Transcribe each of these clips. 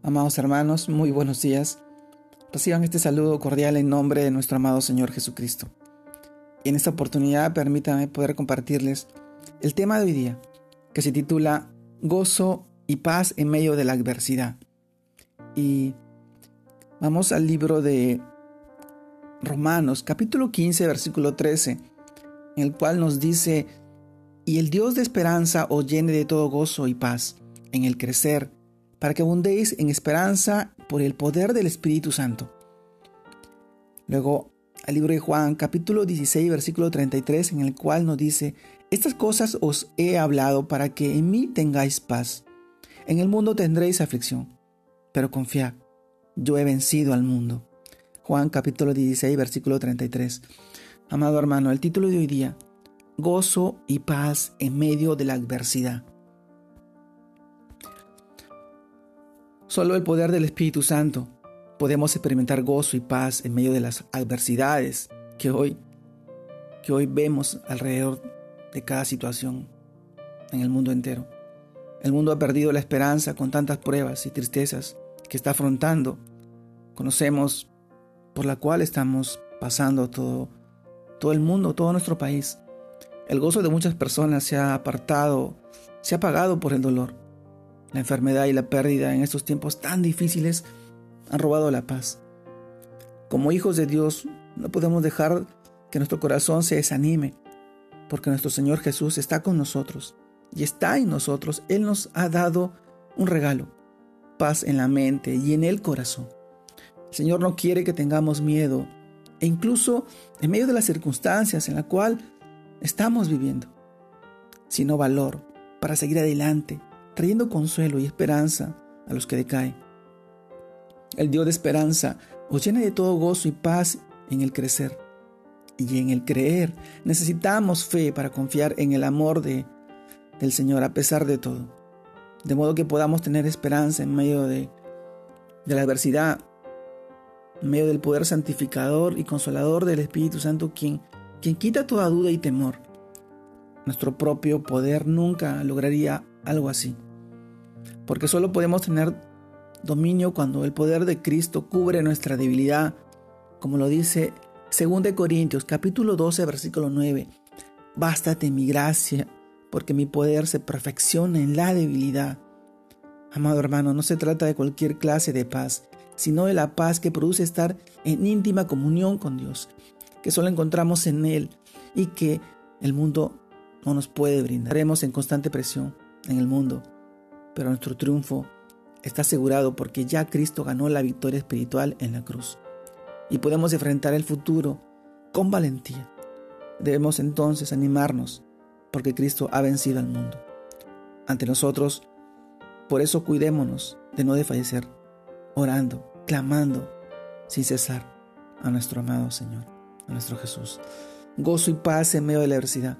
Amados hermanos, muy buenos días. Reciban este saludo cordial en nombre de nuestro amado Señor Jesucristo. Y en esta oportunidad permítanme poder compartirles el tema de hoy día, que se titula Gozo y paz en medio de la adversidad. Y vamos al libro de Romanos, capítulo 15, versículo 13, en el cual nos dice: y el Dios de esperanza os llene de todo gozo y paz en el crecer, para que abundéis en esperanza por el poder del Espíritu Santo. Luego, al libro de Juan, capítulo 16, versículo 33, en el cual nos dice: estas cosas os he hablado para que en mí tengáis paz. En el mundo tendréis aflicción, pero confiad, yo he vencido al mundo. Juan capítulo 16, versículo 33. Amado hermano, el título de hoy día: Gozo y paz en medio de la adversidad. Solo el poder del Espíritu Santo podemos experimentar gozo y paz en medio de las adversidades que hoy vemos alrededor de cada situación en el mundo entero. El mundo ha perdido la esperanza con tantas pruebas y tristezas que está afrontando. Conocemos por la cual estamos pasando todo el mundo, todo nuestro país. El gozo de muchas personas se ha apagado por el dolor. La enfermedad y la pérdida en estos tiempos tan difíciles han robado la paz. Como hijos de Dios, no podemos dejar que nuestro corazón se desanime, porque nuestro Señor Jesús está con nosotros y está en nosotros. Él nos ha dado un regalo: paz en la mente y en el corazón. El Señor no quiere que tengamos miedo, e incluso en medio de las circunstancias en la cual estamos viviendo, sino valor para seguir adelante, trayendo consuelo y esperanza a los que decaen. El Dios de esperanza os llena de todo gozo y paz en el crecer y en el creer. Necesitamos fe para confiar en el amor del Señor a pesar de todo, de modo que podamos tener esperanza en medio de la adversidad, en medio del poder santificador y consolador del Espíritu Santo, quien quita toda duda y temor. Nuestro propio poder nunca lograría algo así, porque solo podemos tener dominio cuando el poder de Cristo cubre nuestra debilidad, como lo dice 2 Corintios capítulo 12, versículo 9. Bástate mi gracia, porque mi poder se perfecciona en la debilidad. Amado hermano, no se trata de cualquier clase de paz, sino de la paz que produce estar en íntima comunión con Dios, que solo encontramos en Él y que el mundo no nos puede brindar. Estaremos en constante presión en el mundo, pero nuestro triunfo está asegurado porque ya Cristo ganó la victoria espiritual en la cruz y podemos enfrentar el futuro con valentía. Debemos entonces animarnos porque Cristo ha vencido al mundo ante nosotros. Por eso cuidémonos de no desfallecer, orando, clamando sin cesar a nuestro amado Señor, a nuestro Jesús. Gozo y paz en medio de la adversidad.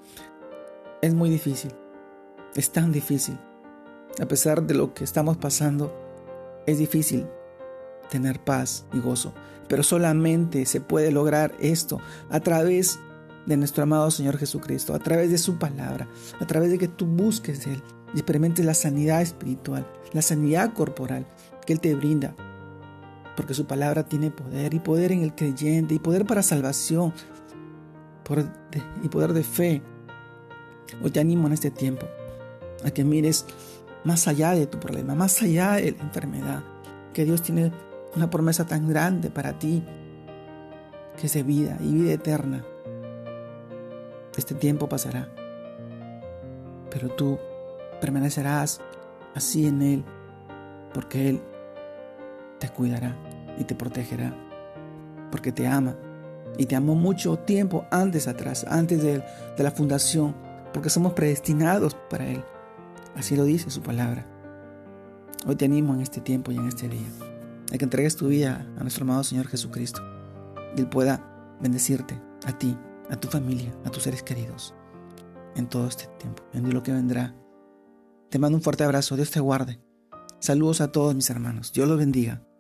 Es muy difícil, es tan difícil. A pesar de lo que estamos pasando, es difícil tener paz y gozo, pero solamente se puede lograr esto a través de nuestro amado Señor Jesucristo, a través de su palabra, a través de que tú busques de Él y experimentes la sanidad espiritual, la sanidad corporal que Él te brinda, porque su palabra tiene poder, y poder en el creyente, y poder para salvación, y poder de fe. Hoy te animo en este tiempo a que mires más allá de tu problema, más allá de la enfermedad, que Dios tiene una promesa tan grande para ti, que es de vida y vida eterna. Este tiempo pasará, pero tú permanecerás así en Él, porque Él te cuidará y te protegerá, porque te ama y te amó mucho tiempo antes de la fundación, porque somos predestinados para Él. Así lo dice su palabra. Hoy te animo en este tiempo y en este día a que entregues tu vida a nuestro amado Señor Jesucristo y Él pueda bendecirte a ti, a tu familia, a tus seres queridos en todo este tiempo, en lo que vendrá. Te mando un fuerte abrazo. Dios te guarde. Saludos a todos mis hermanos. Dios los bendiga.